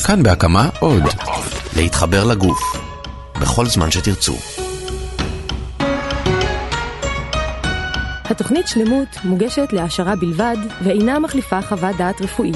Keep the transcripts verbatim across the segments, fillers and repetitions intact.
כאן בהקמה עוד. להתחבר לגוף. בכל זמן שתרצו. התוכנית שלמות מוגשת להעשרה בלבד ואינה מחליפה חוות דעת רפואית.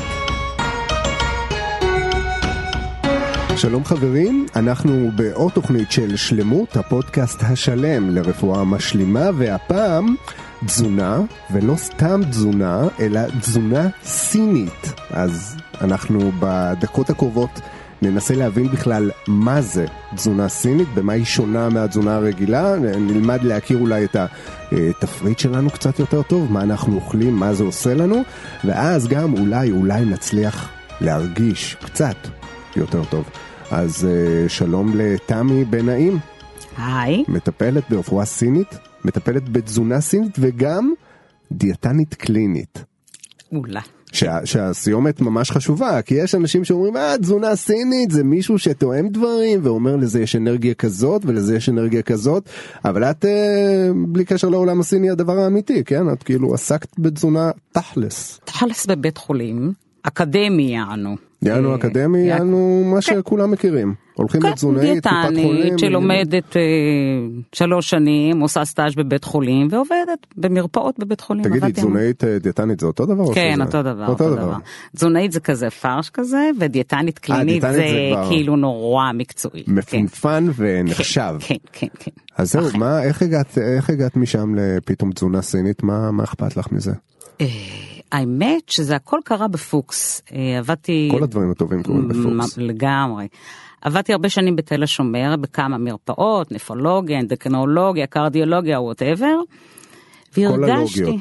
שלום חברים, אנחנו בעוד תוכנית של שלמות, הפודקאסט השלם לרפואה משלימה, והפעם תזונה, ולא סתם תזונה, אלא תזונה סינית. אז אנחנו בדקות הקרובות ננסה להבין בכלל מה זה תזונה סינית, במה היא שונה מהתזונה הרגילה, נלמד להכיר אולי את התפריט שלנו קצת יותר טוב, מה אנחנו אוכלים, מה זה עושה לנו, ואז גם אולי, אולי נצליח להרגיש קצת יותר טוב. אז שלום לתמי בן נעים. היי. מטפלת ברפואה סינית, מטפלת בתזונה סינית וגם דיאטנית קלינית. אולי. שה, שהסיומת ממש חשובה, כי יש אנשים שאומרים, אה, תזונה סינית זה מישהו שתואם דברים, ואומר לזה יש אנרגיה כזאת, ולזה יש אנרגיה כזאת, אבל את, אה, בלי קשר לעולם הסיני, הדבר האמיתי, כן? את כאילו עסקת בתזונה תכלס. תכלס בבית חולים, אקדמי יענו. יענו אקדמי, יענו מה שכולם מכירים. הולכים לתזונאית, קופת חולים. דיאטנית שלומדת שלוש שנים, עושה סטאז' בבית חולים, ועובדת במרפאות בבית חולים. תגידי, תזונאית, דיאטנית זה אותו דבר? כן, אותו דבר. אותו דבר. תזונאית זה כזה פרש כזה, ודיאטנית קלינית זה כאילו נורא מקצועי. מפונפן ונחשב. כן, כן, כן. אז זהו, מה, איך הגעת משם לפתאום תזונה סינית? מה אכפת לך מזה? האמת שזה הכל קרה בפוקס. עבדתי... כל הדברים הטובים קורים בפוקס. לגמרי. עבדתי הרבה שנים בתל השומר, בכמה מרפאות, נפרולוגיה, אנדוקרינולוגיה, קרדיולוגיה, whatever. כל הלוגיות.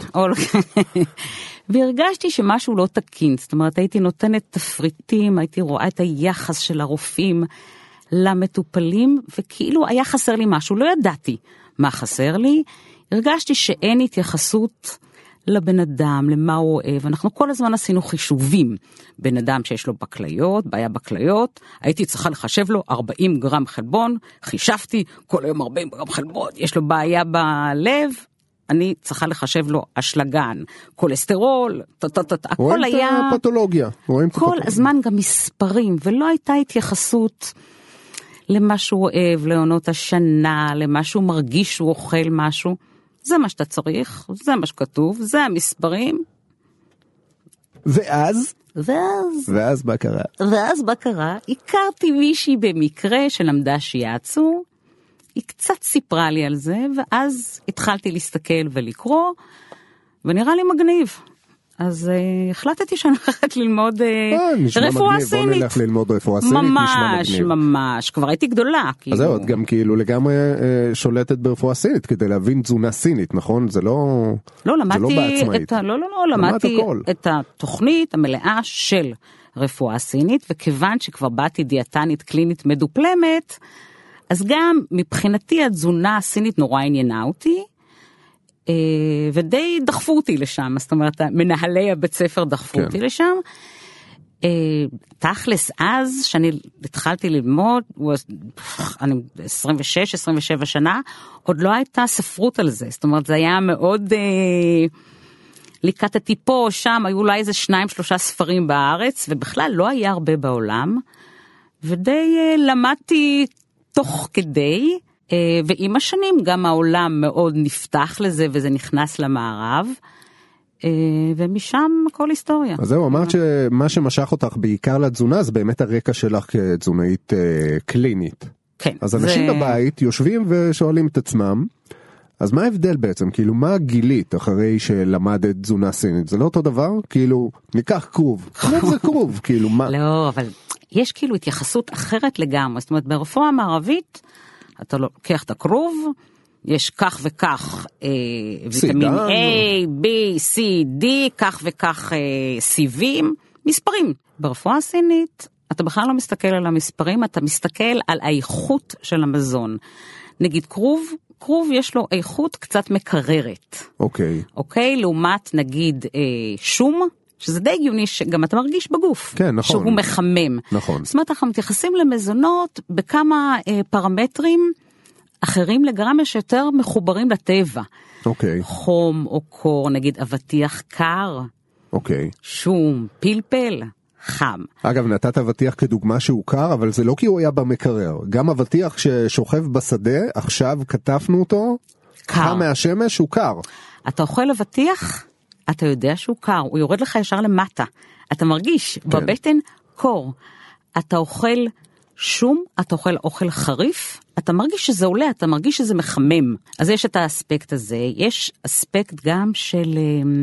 והרגשתי שמשהו לא תקין. זאת אומרת, הייתי נותנת תפריטים, הייתי רואה את היחס של הרופאים למטופלים, וכאילו היה חסר לי משהו. לא ידעתי מה חסר לי. הרגשתי שאין התייחסות לבן אדם, למה הוא אוהב. אנחנו כל הזמן עשינו חישובים. בן אדם שיש לו בקליות, בעיה בקליות, הייתי צריכה לחשב לו ארבעים גרם חלבון, חישבתי כל היום ארבעים גרם חלבון, יש לו בעיה בלב, אני צריכה לחשב לו אשלגן, קולסטרול, הכל היה... רואים את הפתולוגיה. כל הזמן גם מספרים, ולא הייתה התייחסות למה שהוא אוהב, לעונות השנה, למה שהוא מרגיש שהוא אוכל משהו. זה מה שאתה צריך, זה מה שכתוב, זה המספרים. ואז? ואז? ואז מה קרה? ואז מה קרה? הכרתי מישהי במקרה שלמדה שיעצו, היא קצת סיפרה לי על זה, ואז התחלתי להסתכל ולקרוא, ונראה לי מגניב. אז uh, החלטתי שאני הולכת ללמוד uh, רפואה סינית. בוא נלך ללמוד רפואה סינית, ממש, ממש, כבר הייתי גדולה. כאילו. אז זהו, את גם כאילו לגמרי uh, שולטת ברפואה סינית, כדי להבין תזונה סינית, נכון? זה לא, לא, למדתי זה לא בעצמאית. את ה, לא, לא, לא, למדתי את התוכנית המלאה של רפואה סינית, וכיוון שכבר באתי דיאטנית קלינית מדופלמת, אז גם מבחינתי התזונה הסינית נורא עניינה אותי, ודי דחפו אותי לשם, זאת אומרת, מנהלי הבית ספר דחפו אותי לשם. תכלס אז, שאני התחלתי ללמוד, אני עשרים ושש עשרים ושבע שנה, עוד לא הייתה ספרות על זה, זאת אומרת, זה היה מאוד, לקטתי פה, שם, היו אולי איזה שניים, שלושה ספרים בארץ, ובכלל לא היה הרבה בעולם, ודי למדתי תוך כדי, ועם השנים גם העולם מאוד נפתח לזה, וזה נכנס למערב, ומשם כל היסטוריה. אז זהו, אמרת שמה שמשך אותך בעיקר לתזונה, זה באמת הרקע שלך כתזונאית קלינית. כן. אז אנשים בבית יושבים ושואלים את עצמם, אז מה ההבדל בעצם? כאילו, מה גילית אחרי שלמדת תזונה סינית? זה לא אותו דבר? כאילו, ניקח קרוב. כרוב זה קרוב, כאילו, מה? לא, אבל יש כאילו התייחסות אחרת לגמרי. זאת אומרת, ברפואה המערבים, אתה לוקח את הקרוב, יש כך וכך אה, ויטמין A, B, C, D, כך וכך אה, סיבים, מספרים. ברפואה הסינית, אתה בכלל לא מסתכל על המספרים, אתה מסתכל על האיכות של המזון. נגיד קרוב, קרוב יש לו איכות קצת מקררת. אוקיי. אוקיי, לעומת נגיד אה, שום, שזה די הגיוני שגם אתה מרגיש בגוף. כן, נכון. שהוא מחמם. נכון. זאת אומרת, אנחנו מתייחסים למזונות בכמה אה, פרמטרים אחרים לגמרי שיותר מחוברים לטבע. אוקיי. חום או קור, נגיד אבטיח קר. אוקיי. שום, פלפל, חם. אגב, נתת אבטיח כדוגמה שהוא קר, אבל זה לא כי הוא היה במקרר. גם אבטיח ששוכב בשדה, עכשיו כתפנו אותו, חם מהשמש, הוא קר. אתה אוכל אבטיח, אתה יודע שהוא קר, הוא יורד לך ישר למטה. אתה מרגיש כן. בבטן קור. אתה אוכל שום, אתה אוכל אוכל חריף, אתה מרגיש שזה עולה, אתה מרגיש שזה מחמם. אז יש את האספקט הזה, יש אספקט גם של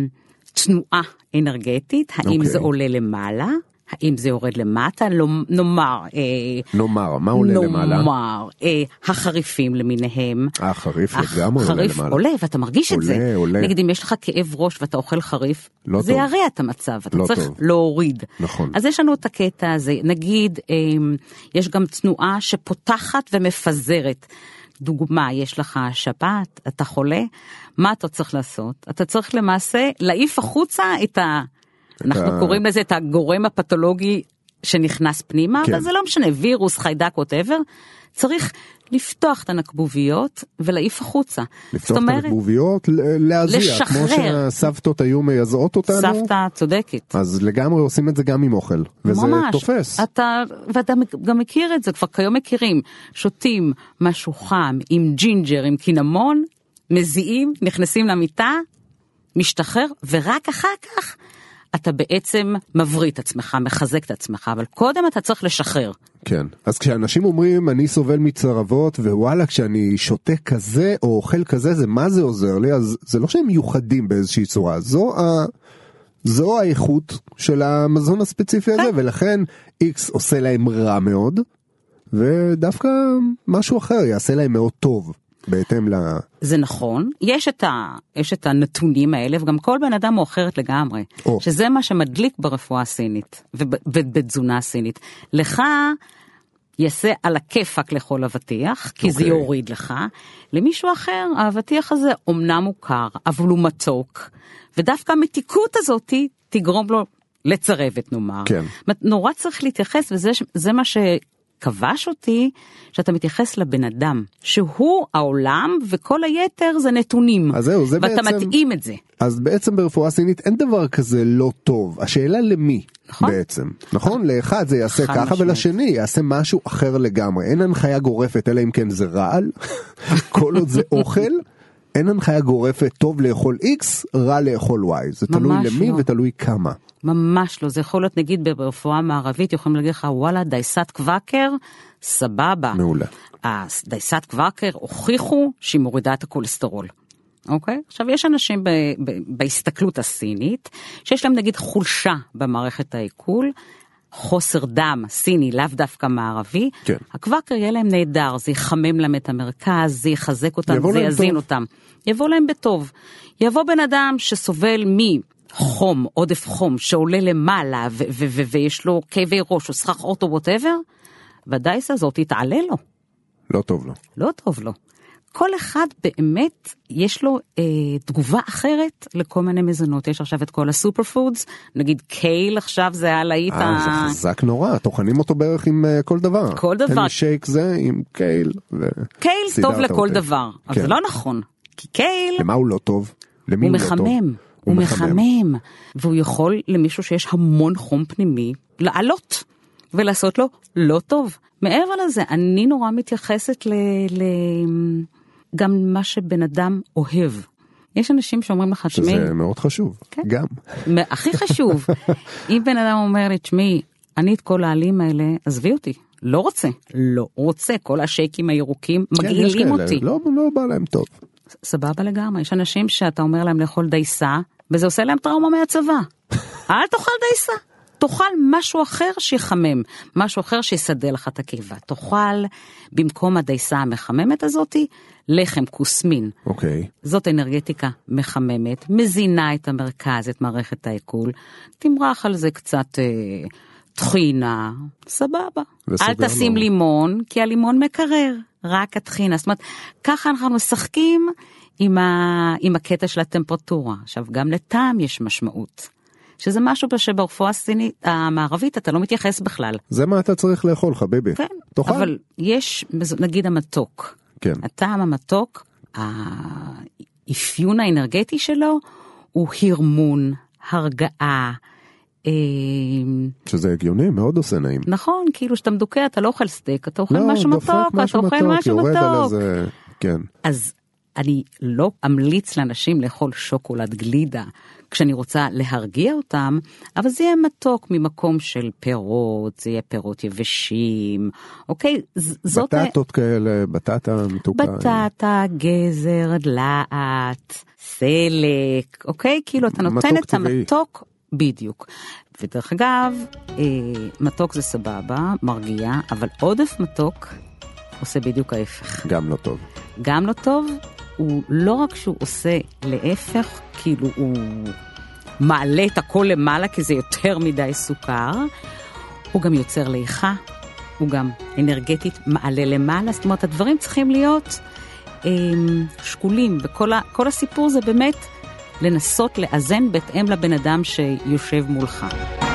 תנועה אנרגטית, האם okay. זה עולה למעלה, האם זה יורד למטה, נאמר, נאמר, מה עולה נאמר, למעלה? נאמר, החריפים למיניהם. החריף לגמרי עולה למעלה. החריף עולה, ואתה מרגיש עולה, את זה. עולה. נגיד, אם יש לך כאב ראש ואתה אוכל חריף, לא זה טוב. ירע את המצב, אתה לא צריך טוב. להוריד. נכון. אז יש לנו את הקטע הזה, נגיד, יש גם תנועה שפותחת ומפזרת. דוגמה, יש לך שפעת, אתה חולה, מה אתה צריך לעשות? אתה צריך למעשה להעיף החוצה את ה... אנחנו ה... קוראים לזה את הגורם הפתולוגי שנכנס פנימה, כן. אבל זה לא משנה, וירוס, חיידק, whatever, צריך לפתוח את הנקבוביות ולהעיף החוצה. לפתוח אומרת, את הנקבוביות, להזיע, לשחרר. כמו שהסבתות היו מייזעות אותנו. סבתא צודקת. אז לגמרי עושים את זה גם עם אוכל, וזה ממש, תופס. אתה, ואתה גם מכיר את זה, כבר כיום מכירים, שותים משהו חם עם ג'ינג'ר, עם קינמון, מזיעים, נכנסים למיטה, משתחרר, ורק אחר כך אתה בעצם מבריא את עצמך, מחזק את עצמך, אבל קודם אתה צריך לשחרר. כן, אז כשאנשים אומרים אני סובל מצרבות, ווואלה כשאני שותה כזה או אוכל כזה, זה מה זה עוזר לי? אז זה לא שהם מיוחדים באיזושהי צורה, זו, ה... זו האיכות של המזון הספציפי הזה, ולכן X עושה להם רע מאוד, ודווקא משהו אחר יעשה להם מאוד טוב. בהתאם ל... זה נכון, יש את, ה... יש את הנתונים האלה, וגם כל בן אדם הוא אחרת לגמרי, oh. שזה מה שמדליק ברפואה הסינית, ובתזונה הסינית. לך יעשה על הכיפק לאכול אבטיח, כי okay. זה יוריד לך, למישהו אחר, האבטיח הזה אומנם הוא קר, אבל הוא מתוק, ודווקא המתיקות הזאת תגרום לו לצרבת, נאמר. כן. נורא צריך להתייחס, וזה זה מה ש... כבש אותי שאתה מתייחס לבן אדם, שהוא העולם וכל היתר זה נתונים. אז זהו, זה ואתה בעצם... מתאים את זה. אז בעצם ברפואה סינית אין דבר כזה לא טוב. השאלה למי נכון? בעצם. נכון? לאחד זה יעשה ככה משמעת. ולשני יעשה משהו אחר לגמרי. אין הנחיה גורפת, אלא אם כן זה רעל. כל עוד זה אוכל, אין הנחיה גורפת טוב לאכול X, רע לאכול Y. זה תלוי למי לא. ותלוי כמה. ממש לא, זה יכול להיות נגיד ברפואה מערבית, יכולים להגיד לך וואלה דייסת קוואקר, סבבה. מעולה. הדייסת קוואקר הוכיחו שהיא מורידה את הכולסטרול. אוקיי? עכשיו יש אנשים ב- ב- בהסתכלות הסינית, שיש להם נגיד חולשה במערכת העיכול, חוסר דם סיני, לאו דווקא מערבי, כן. הקוואקר יהיה להם נהדר, זה יחמם להם את המרכז, זה יחזק אותם, זה יזין אותם. יבוא להם בטוב. יבוא בן אדם שסובל מי, חום, עודף חום, שעולה למעלה, ו- ו- ו- ויש לו כאבי ראש, או סכך אוטו, ווטאבר, והדייס הזאת יתעלה לו. לא טוב לו. לא טוב לו. כל אחד באמת, יש לו אה, תגובה אחרת לכל מיני מזונות. יש עכשיו את כל הסופר פודס, נגיד קייל עכשיו זה הלהיט אה, ה... זה חזק נורא, טוחנים אותו בערך עם uh, כל דבר. כל דבר. תן לי שייק זה עם קייל. ו... קייל טוב לכל אותי. דבר, כן. אבל זה לא נכון. כי קייל... למה הוא לא טוב? למי הוא הוא מחמם. לא טוב? הוא מחמם, והוא יכול למישהו שיש המון חום פנימי, לעלות ולעשות לו לא טוב. מעבר לזה, אני נורא מתייחסת ל... ל... גם מה שבן אדם אוהב. יש אנשים שאומרים לך, תשמעי... שזה מאוד חשוב, כן? גם. הכי חשוב. אם בן אדם אומר לי, תשמעי, אני את כל העלים האלה, עזבי אותי. לא רוצה. לא רוצה. כל השייקים הירוקים מגעילים אותי. לא, לא בא להם טוב. סבבה לגמרי. יש אנשים שאתה אומר להם לאכול דייסה, וזה עושה להם טראומה מהצבא. אל תאכל דייסה. תאכל משהו אחר שיחמם, משהו אחר שיסדר לך את הקיבה. תאכל במקום הדייסה המחממת הזאת, לחם כוסמין. אוקיי. זאת אנרגטיקה מחממת, מזינה את המרכז, את מערכת העיכול, תמרח על זה קצת אה, תחינה, סבבה. אל תשים לו. לימון, כי הלימון מקרר, רק התחינה. זאת אומרת, ככה אנחנו משחקים עם, ה, עם הקטע של הטמפרטורה. עכשיו, גם לטעם יש משמעות. שזה משהו שברפואה הסינית, המערבית, אתה לא מתייחס בכלל. זה מה אתה צריך לאכול, חביבי. כן, תאכל. אבל יש, נגיד המתוק. כן. הטעם המתוק, האפיון האנרגטי שלו, הוא הרמון, הרגעה, שזה הגיוני, מאוד עושה נעים. נכון, כאילו שאתה מדוקה, אתה לא אוכל סטייק, אתה אוכל משהו מתוק, אתה אוכל משהו מתוק. כן. אז אני לא אמליץ לאנשים לאכול שוקולד גלידה, כשאני רוצה להרגיע אותם, אבל זה יהיה מתוק ממקום של פירות, זה יהיה פירות יבשים, אוקיי? זאת... בטטות כאלה, בטטה מתוקה. בטטה, גזר, דלעת, סלק, אוקיי? כאילו אתה נותן את המתוק בדיוק. ודרך אגב, אה, מתוק זה סבבה, מרגיע, אבל עודף מתוק עושה בדיוק ההפך. גם לא טוב. גם לא טוב, הוא לא רק שהוא עושה להפך, כאילו הוא מעלה את הכל למעלה, כי זה יותר מדי סוכר, הוא גם יוצר ליחה, הוא גם אנרגטית מעלה למעלה, זאת אומרת, הדברים צריכים להיות אה, שקולים, וכל ה, כל הסיפור זה באמת לנסות לאזן בהתאם לבן אדם שיושב מולך.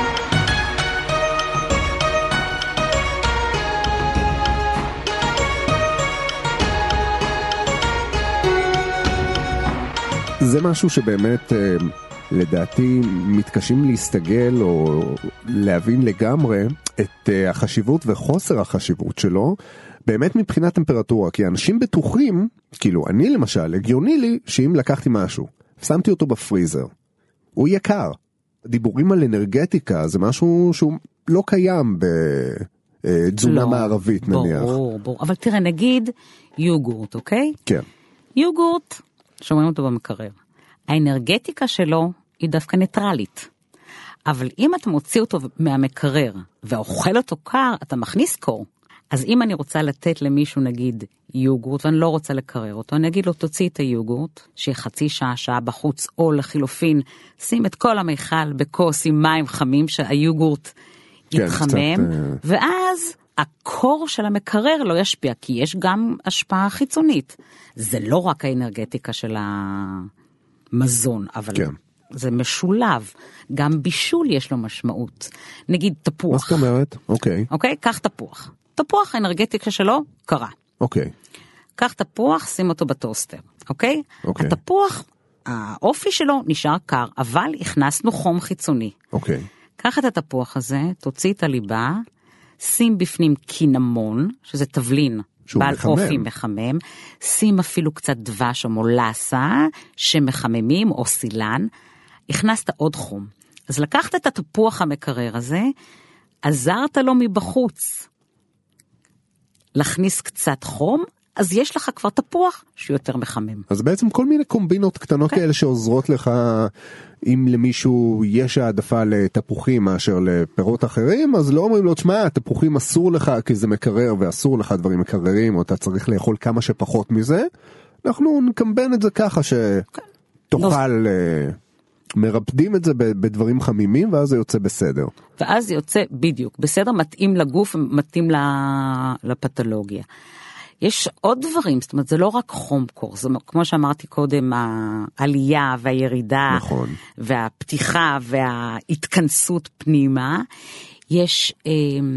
זה משהו שבאמת לדעתי מתקשים להסתגל או להבין לגמרי את החשיבות וחוסר החשיבות שלו, באמת מבחינת טמפרטורה, כי אנשים בטוחים, כאילו אני למשל, הגיוני לי שאם לקחתי משהו, שמתי אותו בפריזר, הוא יקר. דיבורים על אנרגטיקה זה משהו שהוא לא קיים בתזונה לא, מערבית נניח. ברור, ברור. אבל תראה, נגיד יוגורט, אוקיי? כן. יוגורט, שומעים אותו במקרר. האנרגטיקה שלו היא דווקא ניטרלית. אבל אם אתה מוציא אותו מהמקרר ואוכל אותו קר, אתה מכניס קור. אז אם אני רוצה לתת למישהו נגיד יוגורט, ואני לא רוצה לקרר אותו, אני אגיד לו תוציא את היוגורט, שיהיה חצי שעה, שעה בחוץ, או לחילופין, שים את כל המיכל בכוס עם מים חמים, שהיוגורט כן, יתחמם, קצת, ואז הקור של המקרר לא ישפיע, כי יש גם השפעה חיצונית. זה לא רק האנרגטיקה של המזון, אבל כן. זה משולב. גם בישול יש לו משמעות. נגיד תפוח. מה זאת אומרת? אוקיי. אוקיי? קח תפוח. תפוח, האנרגטיקה שלו קרה. אוקיי. קח תפוח, שים אותו בטוסטר. אוקיי? אוקיי. התפוח, האופי שלו נשאר קר, אבל הכנסנו חום חיצוני. אוקיי. קח את התפוח הזה, תוציא את הליבה, שים בפנים קינמון, שזה תבלין, בעל מחמם. אופי מחמם, שים אפילו קצת דבש או מולסה, שמחממים, או סילן, הכנסת עוד חום. אז לקחת את התפוח המקרר הזה, עזרת לו מבחוץ, להכניס קצת חום, אז יש לך כבר תפוח שיותר מחמם. אז בעצם כל מיני קומבינות קטנות okay. כאלה שעוזרות לך, אם למישהו יש העדפה לתפוחים מאשר לפירות אחרים, אז לא אומרים לו, תשמע, התפוחים אסור לך כי זה מקרר, ואסור לך דברים מקררים, או אתה צריך לאכול כמה שפחות מזה. אנחנו נקמבן את זה ככה שתאכל, okay. מרפדים את זה בדברים חמימים, ואז זה יוצא בסדר. ואז זה יוצא בדיוק, בסדר, מתאים לגוף, מתאים לפתולוגיה. יש עוד דברים, זאת אומרת, זה לא רק חום קור, זה כמו שאמרתי קודם, העלייה והירידה, נכון. והפתיחה וההתכנסות פנימה, יש אה,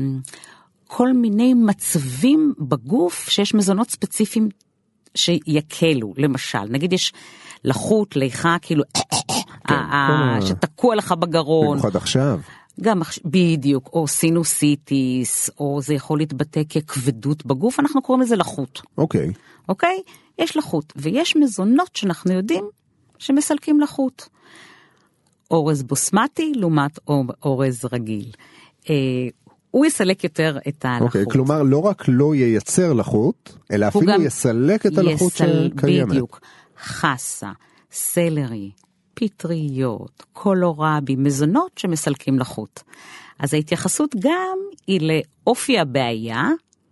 כל מיני מצבים בגוף, שיש מזונות ספציפיים שיקלו, למשל, נגיד יש לחות, ליחה, כאילו, כן, אה, אה, שתקוע לך בגרון. במיוחד עכשיו. גם בדיוק, או סינוסיטיס, או זה יכול להתבטא ככבדות בגוף, אנחנו קוראים לזה לחות. אוקיי. אוקיי? יש לחות, ויש מזונות שאנחנו יודעים שמסלקים לחות. אורז בוסמטי לעומת אורז רגיל. אה, הוא יסלק יותר את הלחות. אוקיי, כלומר לא רק לא ייצר לחות, אלא אפילו יסלק את הלחות יסל... שקיימת. בדיוק. חסה, סלרי, פטריות, קולורבי, מזונות שמסלקים לחות. אז ההתייחסות גם היא לאופי הבעיה,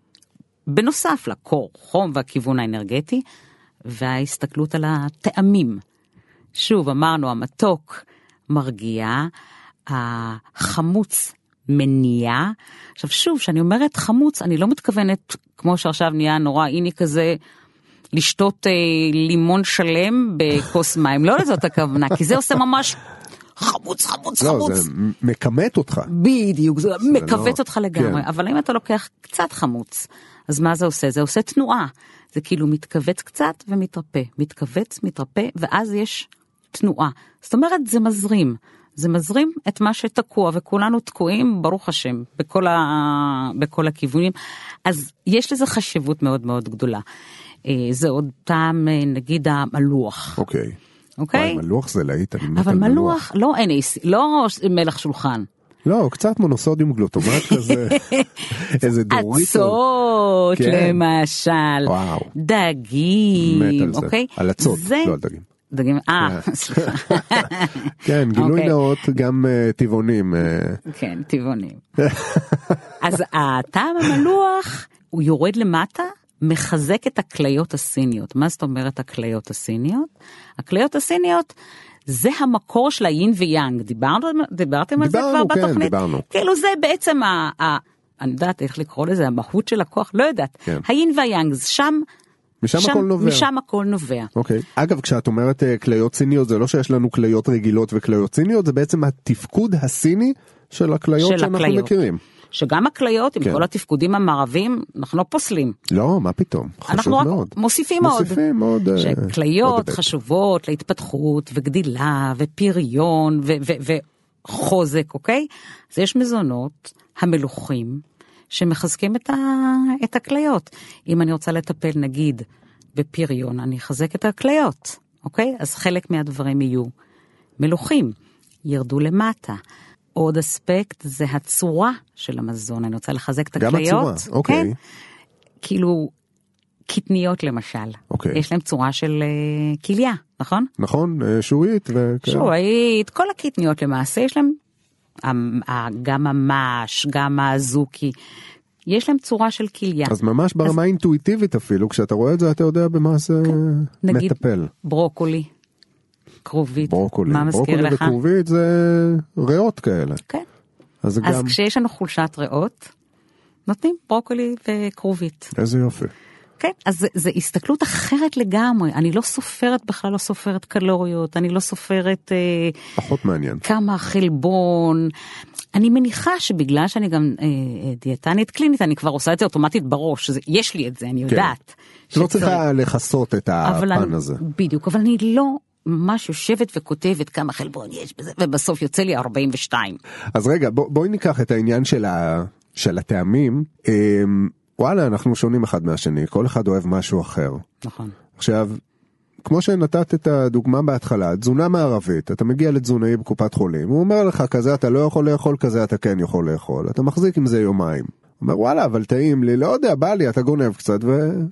בנוסף לקור, חום והכיוון האנרגטי, וההסתכלות על הטעמים. שוב, אמרנו, המתוק מרגיע, החמוץ מניע. עכשיו שוב, שאני אומרת חמוץ, אני לא מתכוונת, כמו שעכשיו נהיה נורא איני כזה, לשתות אה, לימון שלם בכוס מים, לא לזאת הכוונה, כי זה עושה ממש חמוץ, חמוץ, לא, חמוץ. זה מקמת אותך. בדיוק, זה, זה מקבץ לא... אותך לגמרי, כן. אבל אם אתה לוקח קצת חמוץ, אז מה זה עושה? זה עושה תנועה, זה כאילו מתכווץ קצת ומתרפא, מתכווץ, מתרפא, ואז יש תנועה. זאת אומרת, זה מזרים, זה מזרים את מה שתקוע, וכולנו תקועים, ברוך השם, בכל, ה... בכל הכיוונים. אז יש לזה חשיבות מאוד מאוד גדולה. זה עוד טעם, נגיד, המלוח. אוקיי. אוקיי? מלוח זה להיט, אני מת אבל על מלוח, מלוח. לא אן איי סי, לא מלח שולחן. לא, קצת מונוסודיום גלוטומט כזה, איזה דורית. עצות, כן. למשל. וואו. דגים, מת על זה. אוקיי? על עצות, זה... לא על דגים. דגים, אה, סליחה. כן, גילוי אוקיי. נאות, גם uh, טבעונים. Uh... כן, טבעונים. אז הטעם המלוח, הוא יורד למטה, מחזק את הכליות הסיניות. מה זאת אומרת הכליות הסיניות? הכליות הסיניות זה המקור של היין ויאנג. דיברנו, דיברתם על זה כבר בתוכנית? דיברנו, כן, דיברנו. כאילו זה בעצם, ה, ה, אני יודעת איך לקרוא לזה, המהות של הכוח, לא יודעת. כן. היין והיאנג, שם... משם שם, הכל נובע. משם הכל נובע. אוקיי. אגב, כשאת אומרת uh, כליות סיניות, זה לא שיש לנו כליות רגילות וכליות סיניות, זה בעצם התפקוד הסיני של הכליות של שאנחנו הכליות. מכירים. שגם הכליות, עם כן. כל התפקודים המערבים, אנחנו לא פוסלים. לא, מה פתאום? חשוב אנחנו רק מאוד. מוסיפים מאוד. מוסיפים מאוד. שכליות חשובות להתפתחות וגדילה ופריון ו- ו- וחוזק, אוקיי? אז יש מזונות המלוכים שמחזקים את, ה- את הכליות. אם אני רוצה לטפל נגיד בפריון, אני אחזק את הכליות, אוקיי? אז חלק מהדברים יהיו מלוכים, ירדו למטה. עוד אספקט זה הצורה של המזון, אני רוצה לחזק את הכליות. גם הצורה, אוקיי. כן? כאילו, קטניות למשל. אוקיי. יש להם צורה של uh, כליה, נכון? נכון, שועית. וכן. שועית, כל הקטניות למעשה, יש להם גם המש, גם הזוקי, יש להם צורה של כליה. אז ממש ברמה אינטואיטיבית אפילו, כשאתה רואה את זה, אתה יודע במה זה נגיד, מטפל. ברוקולי. כרובית, ברוקולי, מה מזכיר ברוקולי לך? וכרובית זה ריאות כאלה. כן. אז, אז גם... כשיש לנו חולשת ריאות, נותנים ברוקולי וכרובית. איזה יופי. כן, אז זה, זה הסתכלות אחרת לגמרי. אני לא סופרת, בכלל לא סופרת קלוריות, אני לא סופרת... אה, פחות מעניין. כמה חלבון. אני מניחה שבגלל שאני גם אה, דיאטנית קלינית, אני כבר עושה את זה אוטומטית בראש. זה, יש לי את זה, אני יודעת. כן. לא צריכה לחסות את הפן אני, הזה. בדיוק, אבל אני לא... ממש יושבת וכותבת כמה חלבון יש בזה, ובסוף יוצא לי ארבעים ושתיים. אז רגע, בוא, בואי ניקח את העניין של, ה, של הטעמים. אמ, וואלה, אנחנו שונים אחד מהשני, כל אחד אוהב משהו אחר. נכון. עכשיו, כמו שנתת את הדוגמה בהתחלה, תזונה מערבית, אתה מגיע לתזונאי בקופת חולים, הוא אומר לך, כזה אתה לא יכול לאכול, כזה אתה כן יכול לאכול. אתה מחזיק עם זה יומיים. הוא אומר, וואלה, אבל טעים לי, לא יודע, בא לי, אתה גונב קצת,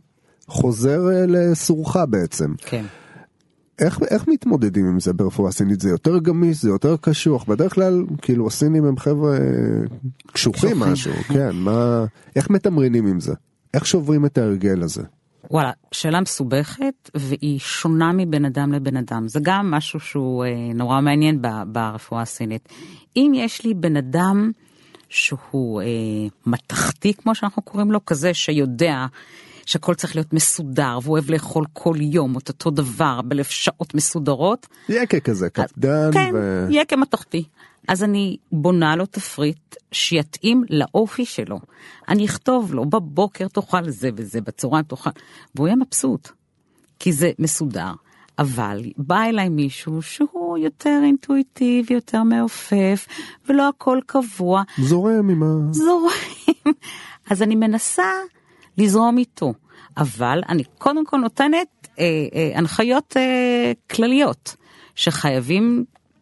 וחוזר לסורך בעצם. כן. איך, איך מתמודדים עם זה ברפואה סינית? זה יותר גמיש, זה יותר קשוח. בדרך כלל, כאילו, הסינים הם חבר'ה קשוחים משהו. כן, מה, איך מתמרינים עם זה? איך שוברים את ההרגל הזה? וואלה, שאלה מסובכת, והיא שונה מבן אדם לבן אדם. זה גם משהו שהוא אה, נורא מעניין ברפואה הסינית. אם יש לי בן אדם שהוא אה, מתחתי, כמו שאנחנו קוראים לו, כזה שיודע שהכל צריך להיות מסודר, והוא אוהב לאכול כל יום, את אותו דבר, בלב שעות מסודרות. יקה כזה, קפדן. כן, ו... יקה מתחתי. אז אני בונה לו תפריט שיתאים לאופי שלו. אני אכתוב לו, בבוקר תאכל זה וזה, בצהריים תאכל, והוא יהיה מבסוט, כי זה מסודר. אבל בא אליי מישהו שהוא יותר אינטואיטיבי, יותר מעופף, ולא הכל קבוע. זורם עם ה... זורם. אז אני מנסה לזרום איתו. אבל אני קודם כל נותנת אה, אה, הנחיות אה, כלליות, שחייבים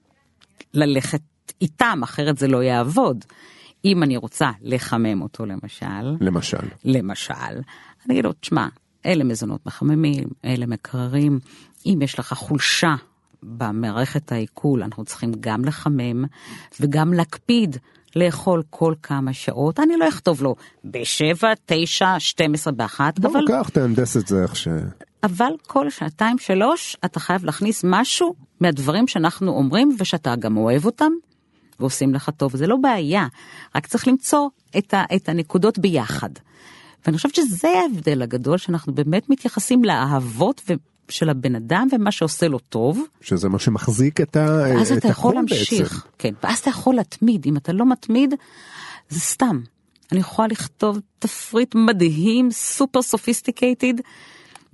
ללכת איתם, אחרת זה לא יעבוד. אם אני רוצה לחמם אותו למשל, למשל, למשל, אני אגיד לו, תשמע, אלה מזונות מחממים, אלה מקררים, אם יש לך חולשה במערכת העיכול, אנחנו צריכים גם לחמם, וגם להקפיד לאכול כל כמה שעות, אני לא אכתוב לו בשבע, תשע, שתים עשרה, באחת, בוא אבל... כך תהנדס את זה איך ש... אבל כל שעתיים, שלוש, אתה חייב להכניס משהו מהדברים שאנחנו אומרים, ושאתה גם אוהב אותם, ועושים לך טוב. זה לא בעיה, רק צריך למצוא את, ה, את הנקודות ביחד. ואני חושבת שזה ההבדל הגדול, שאנחנו באמת מתייחסים לאהבות של הבן אדם, ומה שעושה לו טוב. שזה מה שמחזיק את הכל בעצם. ואז אתה יכול להמשיך. כן, ואז אתה יכול להתמיד. אם אתה לא מתמיד, זה סתם. אני יכולה לכתוב תפריט מדהים, סופר סופיסטיקייטד,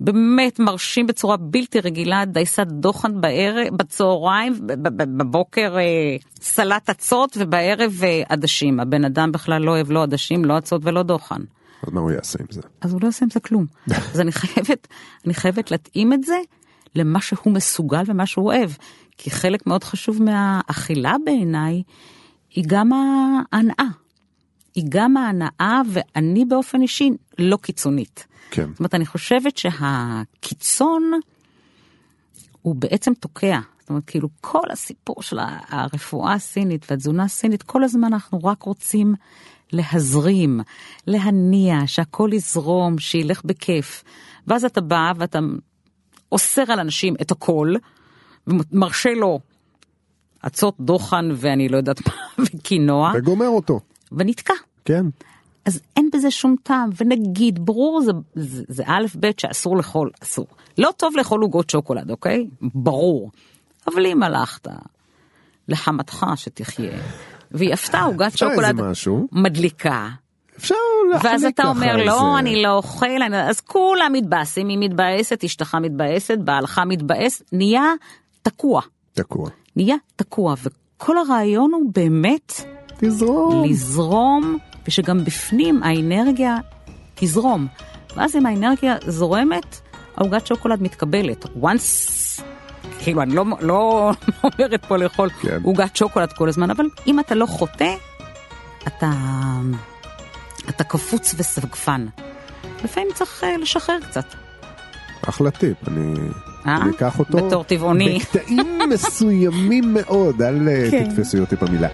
באמת מרשים בצורה בלתי רגילה, דייסת דוחן בערב, בצהריים, בבוקר סלט עצות, ובערב עדשים. הבן אדם בכלל לא אוהב לא עדשים, לא עצות ולא דוחן. אז מה הוא יעשה עם זה? אז הוא לא יעשה עם זה כלום. אז אני חייבת, אני חייבת להתאים את זה למה שהוא מסוגל ומה שהוא אוהב. כי חלק מאוד חשוב מהאכילה בעיניי, היא גם ההנאה. היא גם ההנאה, ואני באופן אישי לא קיצונית. כן. זאת אומרת, אני חושבת שהקיצון הוא בעצם תוקע. זאת אומרת, כאילו, כל הסיפור של הרפואה הסינית והתזונה הסינית, כל הזמן אנחנו רק רוצים להזרים, להניע, שהכל יזרום, שילך בכיף. ואז אתה בא ואתה אוסר על אנשים את הכל, ומרשה לו עצות דוחן ואני לא יודעת מה, וקינוע. וגומר אותו. ונתקע. כן. אז אין בזה שום טעם, ונגיד, ברור, זה, זה, זה א' ב' שאסור לאכול, אסור. לא טוב לאכול עוגות שוקולד, אוקיי? ברור. אבל אם הלכת לחמתך שתחיה, והיא הפתה עוגת שוקולד מדליקה, אפשר להחליק ככה. ואז אתה אומר, זה... לא, אני לא אוכל, אני... אז כולם מתבאסים, היא מתבאסת, אשתך מתבאסת, בעלך מתבאס, נהיה תקוע. תקוע. נהיה תקוע, וכל הרעיון הוא באמת... תזרום. לזרום, ושגם בפנים האנרגיה תזרום. ואז אם האנרגיה זורמת, העוגת שוקולד מתקבלת. once, כאילו אני לא, לא אומרת פה לאכול כן. עוגת שוקולד כל הזמן, אבל אם אתה לא חוטא, אתה, אתה קפוץ וסגפן. לפעמים צריך לשחרר קצת. אחלה טיפ, אני... אני אקח אותו בתור טבעוני. בקטעים מסוימים מאוד, אל כן. תתפסו אותי במילה.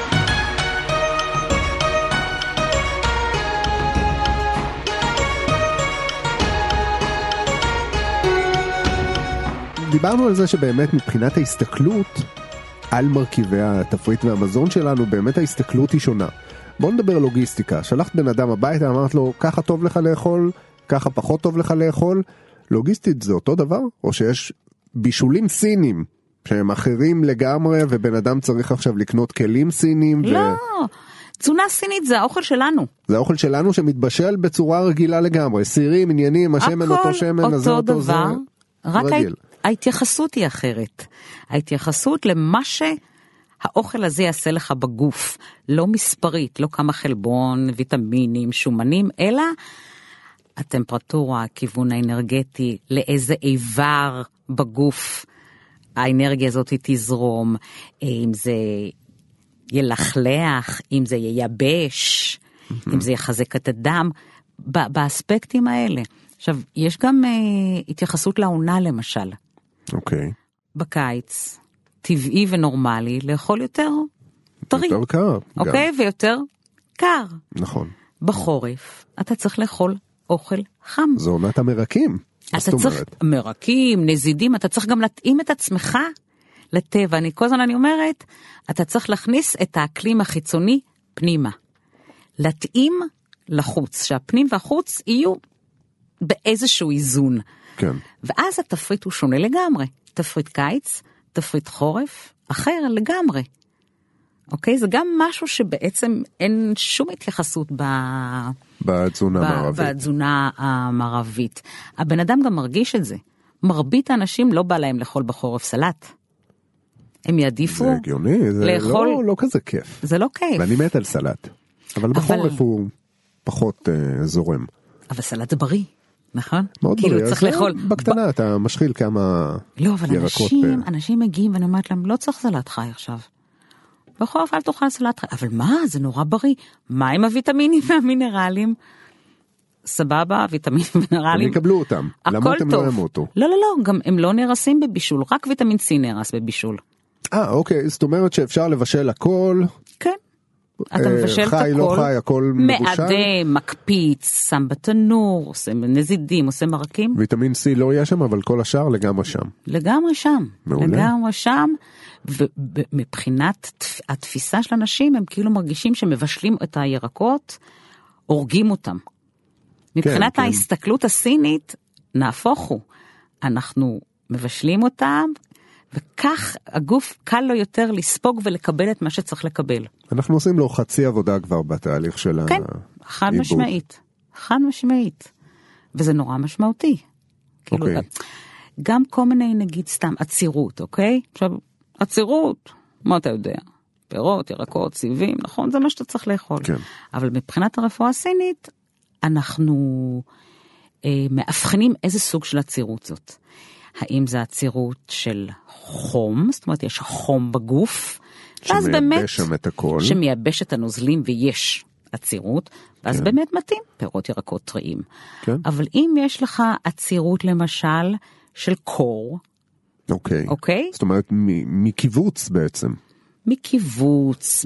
דיברנו על זה שבאמת מבחינת ההסתכלות על מרכיבי התפריט והמזון שלנו, באמת ההסתכלות היא שונה. בוא נדבר לוגיסטיקה. שלחת בן אדם הביתה, אמרת לו, ככה טוב לך לאכול, ככה פחות טוב לך לאכול. לוגיסטית זה אותו דבר? או שיש בישולים סינים שהם אחרים לגמרי, ובן אדם צריך עכשיו לקנות כלים סינים? לא, ו... תזונה סינית זה האוכל שלנו. זה האוכל שלנו שמתבשל בצורה רגילה לגמרי. סירים, עניינים, השמן אותו שמן, אז זה אותו זה. רק רגיל. ההתייחסות היא אחרת. ההתייחסות למה שהאוכל הזה יעשה לך בגוף. לא מספרית, לא כמה חלבון, ויטמינים, שומנים, אלא הטמפרטורה, הכיוון האנרגטי, לאיזה איבר בגוף האנרגיה הזאת תזרום, אם זה ילכלח, אם זה ייבש, mm-hmm. אם זה יחזק את הדם, באספקטים האלה. עכשיו, יש גם uh, התייחסות לעונה למשל. אוקיי. Okay. בקיץ, טבעי ונורמלי, לאכול יותר טרי. יותר קר. אוקיי, okay? ויותר קר. נכון. בחורף, אתה צריך לאכול אוכל חם. זו עונת המרקים. אתה צריך מרקים, נזידים, אתה צריך גם להתאים את עצמך לטבע. אני כל הזמן אני אומרת, אתה צריך להכניס את האקלים החיצוני פנימה. להתאים לחוץ, שהפנים והחוץ יהיו באיזשהו איזון. כן. ואז התפריט הוא שונה לגמרי. תפריט קיץ, תפריט חורף, אחר לגמרי. אוקיי? זה גם משהו שבעצם אין שום התייחסות ב... בתזונה המערבית. בתזונה המערבית. הבן אדם גם מרגיש את זה. מרבית האנשים לא בא להם לאכול בחורף סלט. הם יעדיפו זה הגיוני, זה לאכול... לא, לא כזה כיף. זה לא כיף. ואני מת על סלט. אבל בחורף אבל... הוא פחות uh, זורם. אבל סלט זה בריא, נכון? מאוד כאילו בריא. צריך לאכול... בקטנה, ב... אתה משחיל כמה לא, אבל ירקות. אנשים, ב... אנשים מגיעים ואני אומרת להם, לא צריך סלט חי עכשיו. בחורף אל תאכל סלט חי. אבל מה? זה נורא בריא. מה עם הוויטמינים והמינרלים? סבבה, ויטמינים ומינרלים. הם יקבלו אותם. למה אתם לא ימותו? לא, לא, לא, גם הם לא נרסים בבישול, רק ויטמין C נרס בבישול. אה, אוקיי, זאת אומרת שאפשר לבשל הכל. כן. אתה מבשל את הכל. חי, לא חי, הכל מבושל. מעדה, מקפיץ, שם בתנור, עושה נזידים, עושה מרקים. ויטמין C לא יהיה שם, אבל כל השאר לגמרי שם. לגמרי שם. מעולה. לגמרי שם. ומבחינת התפיסה של אנשים, הם כאילו מרגישים שמבשלים את הירקות, הורגים אותם. מבחינת כן, ההסתכלות כן. הסינית, נהפוך הוא. אנחנו מבשלים אותם, וכך הגוף קל לו יותר לספוג ולקבל את מה שצריך לקבל. אנחנו עושים לו חצי עבודה כבר בתהליך של כן, חד משמעית. חד משמעית. וזה נורא משמעותי. כאילו, אוקיי. גם כל מיני, נגיד, סתם עצירות, אוקיי? עכשיו, עצירות, מה אתה יודע? פירות, ירקות, סיבים, נכון? זה מה שאתה צריך לאכול. כן. אבל מבחינת הרפואה הסינית, אנחנו אה, מאבחנים איזה סוג של עצירות זאת. האם זה עצירות של חום, זאת אומרת, יש חום בגוף, ואז באמת, שמייבש שם את הכל. שמייבש את הנוזלים ויש עצירות, ואז כן. באמת מתאים פירות ירקות טריים. כן. אבל אם יש לך עצירות למשל של קור, אוקיי. אוקיי? זאת אומרת, מ- מקיבוץ בעצם. מקיבוץ,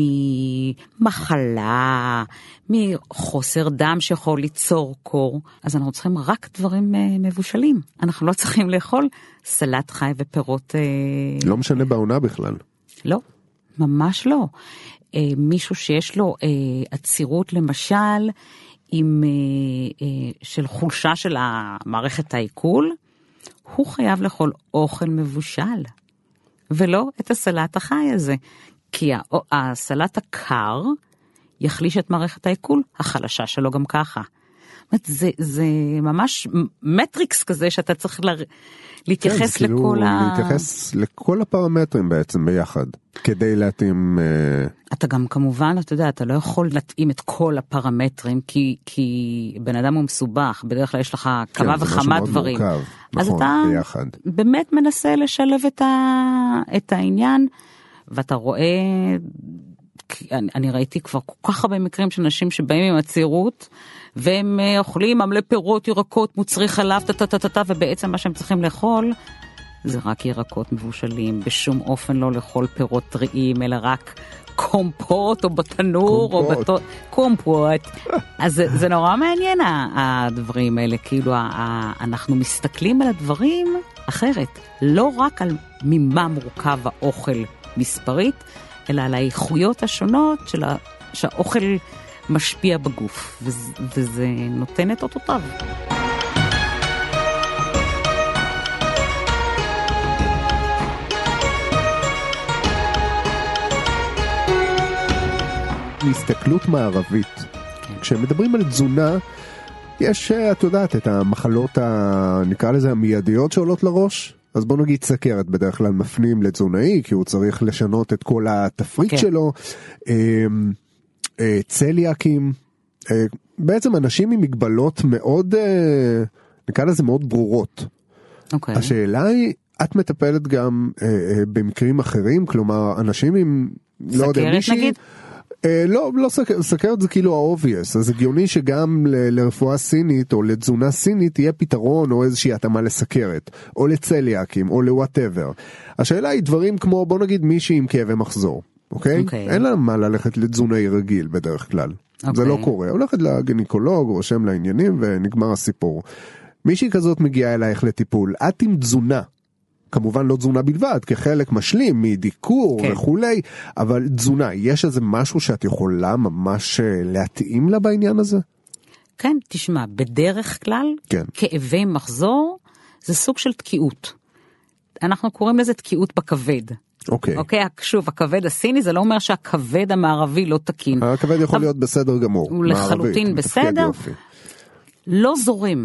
ממחלה, מחוסר דם שיכול ליצור קור, אז אנחנו צריכים רק דברים מבושלים. אנחנו לא צריכים לאכול סלט חי ופירות. לא משנה בעונה בכלל. לא, ממש לא. מישהו שיש לו עצירות למשל, עם, של חולשה של המערכת העיכול, הוא חייב לאכול אוכל מבושל. ולא את הסלט החי הזה, כי הסלט הקר יחליש את מערכת העיכול, החלשה שלו גם ככה. זה, זה ממש מטריקס כזה שאתה צריך לה, להתייחס כן, לכל כאילו ה... להתייחס לכל הפרמטרים בעצם ביחד, כדי להתאים... אתה גם כמובן, אתה יודע, אתה לא יכול להתאים את כל הפרמטרים, כי, כי בן אדם הוא מסובך, בדרך כלל יש לך כמה כן, וכמה דברים. מורכב, אז נכון, אתה ביחד. באמת מנסה לשלב את, ה, את העניין, ואתה רואה, אני, אני ראיתי כבר כל כך הרבה מקרים של נשים שבאים עם עצירות, והם אוכלים עמלי פירות, ירקות, מוצרי חלב, טטטטטט, ובעצם מה שהם צריכים לאכול, זה רק ירקות מבושלים, בשום אופן לא לאכול פירות טריים, אלא רק קומפוט או בתנור או בתות, קומפוט. אז זה, זה נורא מעניין הדברים האלה, כאילו אנחנו מסתכלים על הדברים אחרת, לא רק על ממה מורכב האוכל מספרית, אלא על האיכויות השונות של ה, שהאוכל משפיע בגוף, וזה, וזה נותן את אותותיו. מהסתכלות מערבית, כשמדברים על תזונה, יש, את יודעת, את המחלות, ה, נקרא לזה, המיידיות שעולות לראש, אז בוא נגיד סכרת, בדרך כלל מפנים לתזונאי, כי הוא צריך לשנות את כל התפריט כן. שלו, צליאקים, בעצם אנשים עם מגבלות מאוד, נקרא לזה מאוד ברורות. אוקיי. השאלה היא, את מטפלת גם במקרים אחרים, כלומר, אנשים עם, לא יודע, מישהי... נגיד? לא, לא סכרת, סכרת זה כאילו האובייס, אז הגיוני שגם ל- לרפואה סינית או לתזונה סינית תהיה פתרון או איזושהי התאמה לסכרת, או לצליאקים, או לוואטאבר. השאלה היא דברים כמו, בוא נגיד מישהי עם כאבי מחזור, אוקיי? אוקיי. אין לה מה ללכת לתזונאי רגיל בדרך כלל. אוקיי. זה לא קורה, הולכת לגניקולוג, רושם לעניינים ונגמר הסיפור. מישהי כזאת מגיעה אלייך לטיפול, את עם תזונה. כמובן לא תזונה בלבד, כחלק משלים מדיקור כן. וכולי, אבל תזונה, יש איזה משהו שאת יכולה ממש להתאים לה בעניין הזה? כן, תשמע, בדרך כלל, כן. כאבי מחזור, זה סוג של תקיעות. אנחנו קוראים לזה תקיעות בכבד. אוקיי. אוקיי, שוב, הכבד הסיני, זה לא אומר שהכבד המערבי לא תקין. הכבד יכול להיות בסדר גמור. הוא לחלוטין בסדר. לא זורם,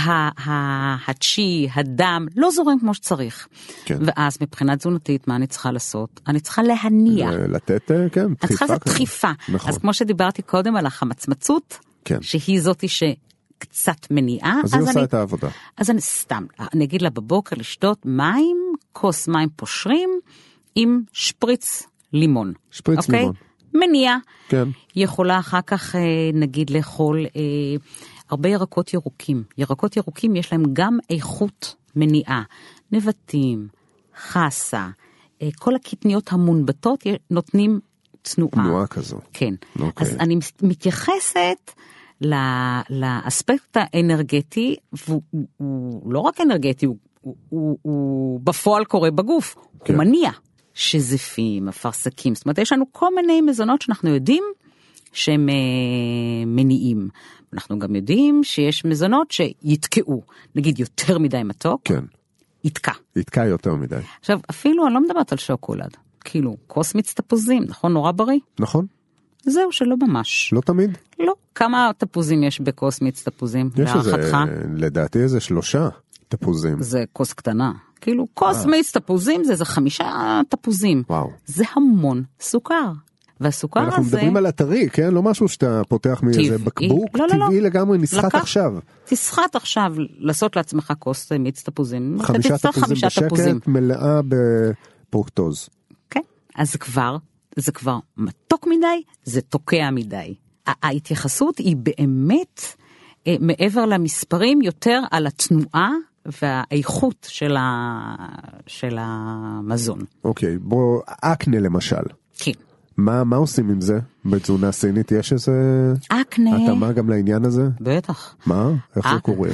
הצ'י, הדם, לא זורם כמו שצריך. כן. ואז מבחינת תזונתית, מה אני צריכה לעשות? אני צריכה להניע. לתת, כן, דחיפה. אני צריכה לעשות דחיפה. נכון. אז כמו שדיברתי קודם על החמצמצות, כן. שהיא זאתי שקצת מניעה. אז היא עושה אני, את העבודה. אז אני סתם, אני אגיד לה בבוקר לשתות מים, כוס מים פושרים, עם שפריץ לימון. שפריץ אוקיי? לימון. מניע. כן. יכולה אחר כך, נגיד, לאכול... הרבה ירקות ירוקים. ירקות ירוקים יש להם גם איכות מניעה. נבטים, חסה, כל הקטניות המונבטות נותנים תנועה. תנועה כזו. כן. אוקיי. אז אני מתייחסת לאספקט האנרגטי, והוא הוא לא רק אנרגטי, הוא, הוא, הוא, הוא בפועל קורה בגוף. כן. הוא מניע. שזפים, אפרסקים. זאת אומרת, יש לנו כל מיני מזונות שאנחנו יודעים שהם מניעים. אנחנו גם יודעים שיש מזונות שיתקעו, נגיד יותר מדי מתוק, כן. יתקע. יתקע יותר מדי. עכשיו, אפילו אני לא מדברת על שוקולד, כאילו, כוס מיץ תפוזים, נכון? נורא בריא? נכון. זהו, שלא ממש. לא תמיד? לא. כמה תפוזים יש בכוס מיץ תפוזים, יש להערכתך? איזה, לדעתי איזה שלושה. תפוזים. זה כוס קטנה. כאילו, כוס מיץ תפוזים זה, זה חמישה תפוזים. וואו. זה המון סוכר. והסוכר הזה... אנחנו מדברים על הטרי, כן? לא משהו שאתה פותח מאיזה בקבוק, לא, לא, טבעי לא. לגמרי, נסחט עכשיו. תסחט עכשיו, לעשות לעצמך כוס מיץ תפוזים. חמישה תפוזים בשקט, מלאה בפרוקטוז. כן, אז כבר, זה כבר מתוק מדי, זה תוקע מדי. ההתייחסות היא באמת, מעבר למספרים, יותר על התנועה והאיכות של, ה... של המזון. אוקיי, בוא, אקנה למשל. כן. מה, מה עושים עם זה? בתזונה סינית יש איזה... אקנה... התאמה גם לעניין הזה? בטח. מה? איך זה קורה?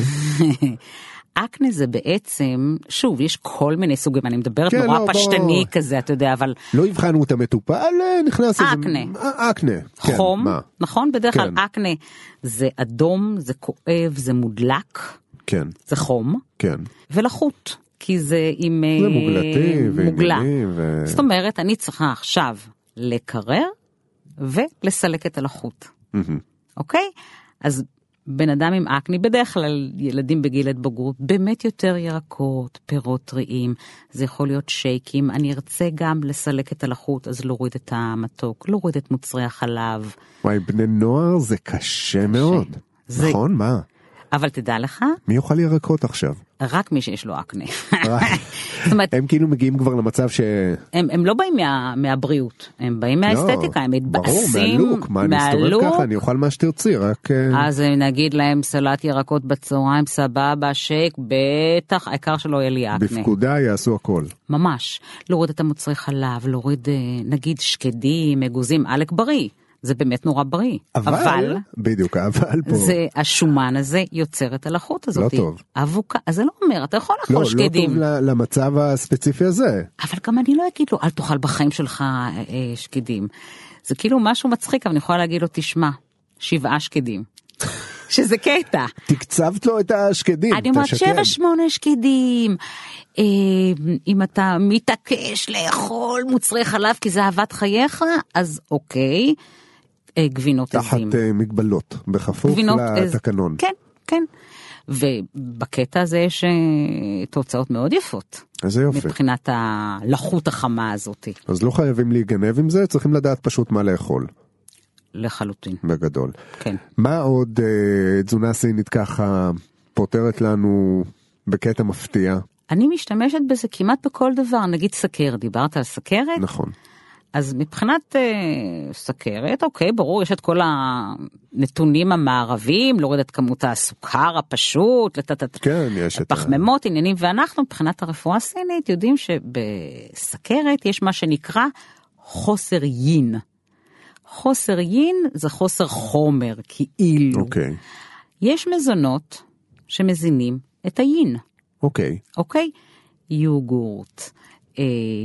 אקנה זה בעצם, שוב, יש כל מיני סוגים, אני מדברת כן, נורא לא, פשטני בוא... כזה, אתה יודע, אבל... לא הבחנו את המטופל, נכנס איזה... אקנה. אקנה. חום, כן, נכון? בדרך כלל כן. אקנה זה אדום, זה כואב, זה מודלק. כן. זה חום. כן. ולחות, כי זה עם... זה מוגלתי מוגלה. ו... זאת אומרת, אני צריכה עכשיו לקרר ולסלק את הלחות. אוקיי? אז בן אדם עם אקני, בדרך כלל ילדים בגיל התבגרות, באמת יותר ירקות, פירות טריים, זה יכול להיות שייקים, אני ארצה גם לסלק את הלחות, אז להוריד את המתוק, להוריד את מוצרי החלב. וואי, בני נוער זה קשה מאוד. זה... נכון, מה? אבל תדע לך... מי יאכל ירקות עכשיו? רק מי שיש לו אקנה. הם כאילו מגיעים כבר למצב ש... הם, הם לא באים מה, מהבריאות, הם באים מהאסתטיקה, הם מתבאסים ברור, מהלוק, מה אני מסתובב ככה, אני אוכל מה שתרצי, רק... אז נגיד להם סלט ירקות בצהריים, סבבה, שייק, בטח, העיקר שלא יהיה לי אקנה. בפקודה יעשו הכל. ממש, להוריד את המוצרי חלב, להוריד נגיד שקדים, אגוזים, אלק בריא. זה באמת נורא בריא. אבל, אבל בדיוק, אבל פה. זה, השומן הזה יוצר את הלחות הזאת. לא טוב. אבוקה, אז זה לא אומר, אתה יכול לאכול לא, שקדים. לא טוב למצב הספציפי הזה. אבל גם אני לא אגיד לו, אל תאכל בחיים שלך אה, אה, שקדים. זה כאילו משהו מצחיק, אבל אני יכולה להגיד לו, תשמע, שבעה שקדים. שזה קטע. תקצבת לו את השקדים. אני אומרת, שבע שמונה שקדים. אה, אם אתה מתעקש לאכול מוצרי חלב, כי זה אהבת חייך, אז אוקיי. גבינות עזים. תחת מגבלות, בכפוף לתקנון. כן, כן. ובקטע הזה יש תוצאות מאוד יפות. איזה יופי. מבחינת הלחות החמה הזאת. אז לא חייבים להיגנב עם זה, צריכים לדעת פשוט מה לאכול. לחלוטין. בגדול. כן. מה עוד אה, תזונה סינית ככה פותרת לנו בקטע מפתיע? אני משתמשת בזה כמעט בכל דבר, נגיד סכר, דיברת על סכרת? נכון. אז מבחינת אה, סכרת, אוקיי, ברור, יש את כל הנתונים המערביים, להוריד את כמות הסוכר הפשוט, לתת כן, יש את פחמימות, עניינים, ואנחנו מבחינת הרפואה הסינית יודעים שבסכרת יש מה שנקרא חוסר יין. חוסר יין זה חוסר חומר, כאילו. אוקיי. יש מזונות שמזינים את היין. אוקיי. אוקיי? יוגורט, אה,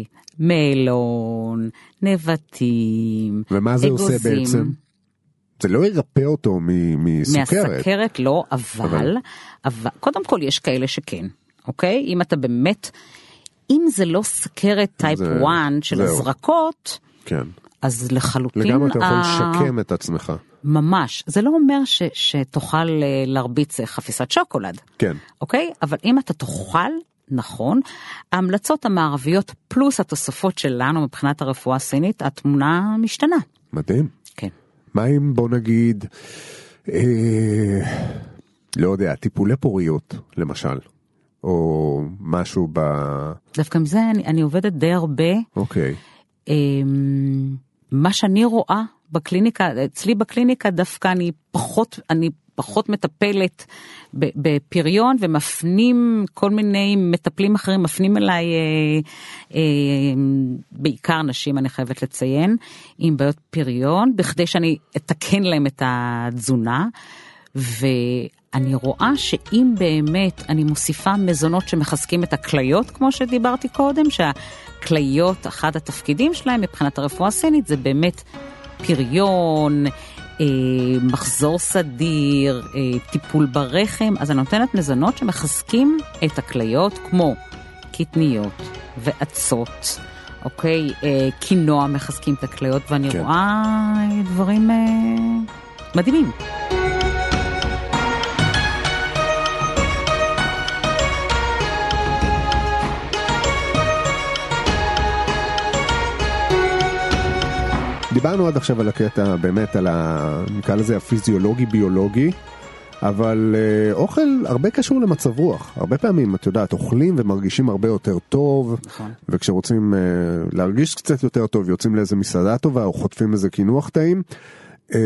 מלון, נבטים, ומה זה אגוזים. עושה בעצם? זה לא ירפא אותו מסוכרת. מהסכרת לא, אבל, אבל... אבל קודם כל יש כאלה שכן, אוקיי? אם אתה באמת, אם זה לא סכרת טייפ זה, אחת של זהו. הזרקות, כן. אז לחלוטין... לגמרי אתה יכול לשקם את עצמך. ממש. זה לא אומר ש, שתוכל להרביץ חפיסת שוקולד. כן. אוקיי? אבל אם אתה תאכל, נכון, ההמלצות המערביות פלוס התוספות שלנו מבחינת הרפואה הסינית, התמונה משתנה. מדהים. כן. מה אם בוא נגיד, אה, לא יודע, טיפולי פוריות, למשל, או משהו ב... דווקא עם זה אני, אני עובדת די הרבה. אוקיי. אה, מה שאני רואה בקליניקה, אצלי בקליניקה דווקא אני פחות, אני פחות מטפלת בפריון, ומפנים כל מיני מטפלים אחרים, מפנים אליי, אה, אה, בעיקר נשים, אני חייבת לציין, עם בעיות פריון, בכדי שאני אתקן להם את התזונה, ואני רואה שאם באמת אני מוסיפה מזונות שמחזקים את הכליות, כמו שדיברתי קודם, שהכליות, אחד התפקידים שלהם מבחינת הרפואה הסינית, זה באמת פריון, מחזור סדיר, טיפול ברחם, אז אני נותנת מזונות שמחזקים את הכליות, כמו קטניות ועצות, אוקיי, קינוע מחזקים את הכליות, ואני כן. רואה דברים מדהימים. דיברנו עד עכשיו על הקטע, באמת על ה... נקרא לזה הפיזיולוגי-ביולוגי, אבל אה, אוכל הרבה קשור למצב רוח. הרבה פעמים, את יודעת, אוכלים ומרגישים הרבה יותר טוב, נכון. וכשרוצים אה, להרגיש קצת יותר טוב, יוצאים לאיזה מסעדה טובה, או חוטפים איזה קינוח טעים. אה,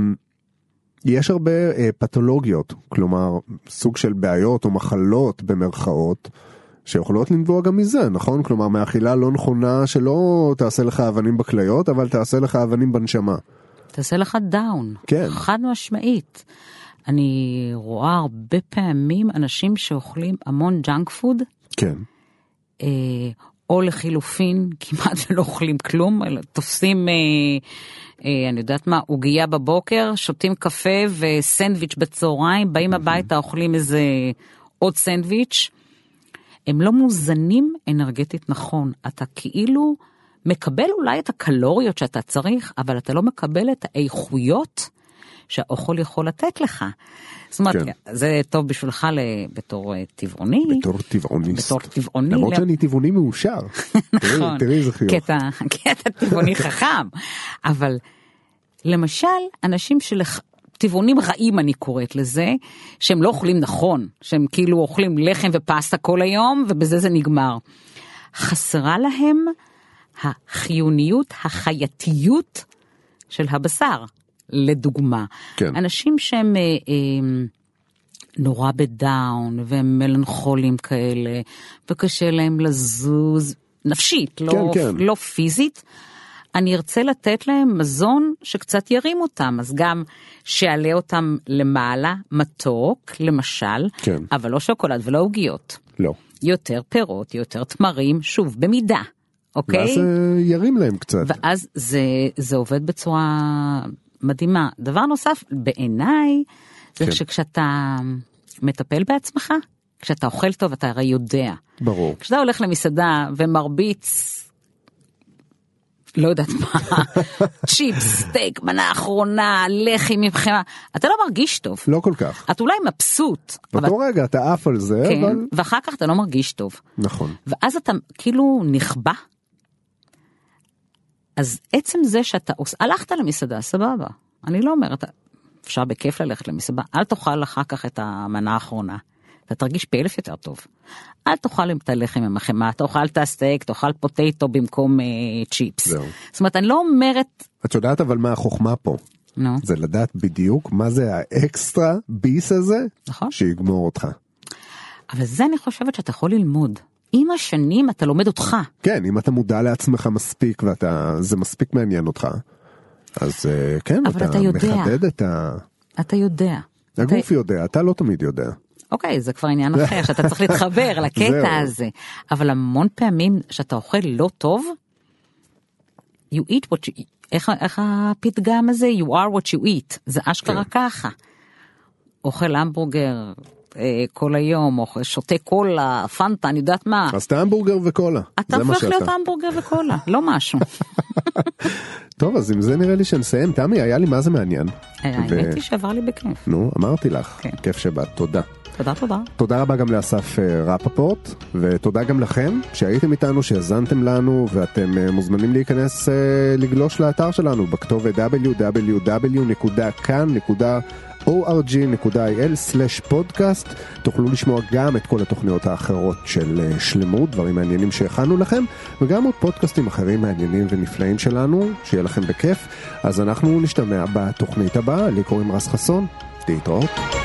יש הרבה אה, פתולוגיות, כלומר, סוג של בעיות או מחלות במרכאות, שיכולות לנבוע גם מזה, נכון? כלומר, מאכילה לא נכונה שלא תעשה לך אבנים בכליות, אבל תעשה לך אבנים בנשמה. תעשה לך דאון. כן. חד משמעית. אני רואה הרבה פעמים אנשים שאוכלים המון ג'אנק פוד, כן. אה, או לחילופין, כמעט ולא אוכלים כלום, אלא תופסים, אה, אה, אני יודעת מה, עוגיה בבוקר, שותים קפה וסנדוויץ' בצהריים, באים הביתה, אוכלים איזה עוד סנדוויץ', הם לא מוזנים אנרגטית נכון. אתה כאילו מקבל אולי את הקלוריות שאתה צריך, אבל אתה לא מקבל את האיכויות שהאוכל יכול לתת לך. זאת אומרת, כן. זה טוב בשבילך בתור טבעוני. בתור טבעוניסט. בתור טבעוני. למרות שאני טבעוני מאושר. נכון. תראי איזה חיוך. קטע טבעוני חכם. אבל למשל, אנשים של... טבעונים רעים אני קוראת לזה, שהם לא אוכלים נכון, שהם כאילו אוכלים לחם ופסטה כל היום, ובזה זה נגמר. חסרה להם החיוניות, החייתיות של הבשר, לדוגמה. כן. אנשים שהם אה, אה, נורא בדאון, והם מלנכולים כאלה, וקשה להם לזוז, נפשית, לא, כן, כן. לא פיזית, אני ארצה לתת להם מזון שקצת ירים אותם, אז גם שעלה אותם למעלה, מתוק, למשל, כן. אבל לא שוקולד ולא עוגיות. לא. יותר פירות, יותר תמרים, שוב, במידה, אוקיי? ואז ירים להם קצת. ואז זה, זה עובד בצורה מדהימה. דבר נוסף, בעיניי, זה כן. שכשאתה מטפל בעצמך, כשאתה אוכל טוב, אתה הרי יודע. ברור. כשאתה הולך למסעדה ומרביץ, לא יודעת מה, צ'יפס, סטייק, מנה אחרונה, לחי מבחמה, אתה לא מרגיש טוב. לא כל כך. אתה אולי מבסוט. באותו אבל... רגע, אתה עף על זה, כן, אבל... ואחר כך אתה לא מרגיש טוב. נכון. ואז אתה כאילו נכבה. אז עצם זה שאתה, הלכת למסעדה, סבבה. אני לא אומרת, אפשר בכיף ללכת למסעדה, אל תאכל אחר כך את המנה האחרונה. אתה תרגיש פי-אלף יותר טוב. אל תאכל עם את הלחם עם החמה, תאכל את הסטייק, תאכל פוטטו במקום אה, צ'יפס. זהו. זאת אומרת, אני לא אומרת... את יודעת אבל מה החוכמה פה? נו. זה לדעת בדיוק מה זה האקסטרה ביס הזה, נכון. שיגמור אותך. אבל זה אני חושבת שאתה יכול ללמוד. עם השנים אתה לומד אותך. כן, אם אתה מודע לעצמך מספיק, וזה מספיק מעניין אותך, אז כן, אתה, אתה מחדד את ה... אתה יודע. הגוף אתה... יודע, אתה לא תמיד יודע. אוקיי, זה כבר עניין אחר, שאתה צריך להתחבר לקטע הזה. אבל המון פעמים שאתה אוכל לא טוב, you eat what you eat. איך, איך הפתגם הזה? You are what you eat. זה אשכרה ככה. אוכל המבורגר אה, כל היום, או שותה קולה, פנטה, אני יודעת מה. אז אתה המבורגר וקולה. אתה הופך להיות המבורגר וקולה, לא משהו. טוב, אז עם זה נראה לי שנסיים. תמי, היה לי מה זה מעניין. האמת היא שעבר לי בכיף. נו, אמרתי לך. כיף שבאת, תודה. תודה, תודה. תודה רבה גם לאסף רפפורט, ותודה גם לכם שהייתם איתנו, שהזנתם לנו, ואתם מוזמנים להיכנס לגלוש לאתר שלנו בכתובת דאבליו דאבליו דאבליו נקודה כאן נקודה או אר ג'י נקודה איי אל סלש פודקאסט. תוכלו לשמוע גם את כל התוכניות האחרות של שלמות, דברים מעניינים שהכנו לכם, וגם עוד פודקאסטים אחרים מעניינים ונפלאים שלנו, שיהיה לכם בכיף. אז אנחנו נשתמע בתוכנית הבאה. לי קוראים רס חסון, להתראות.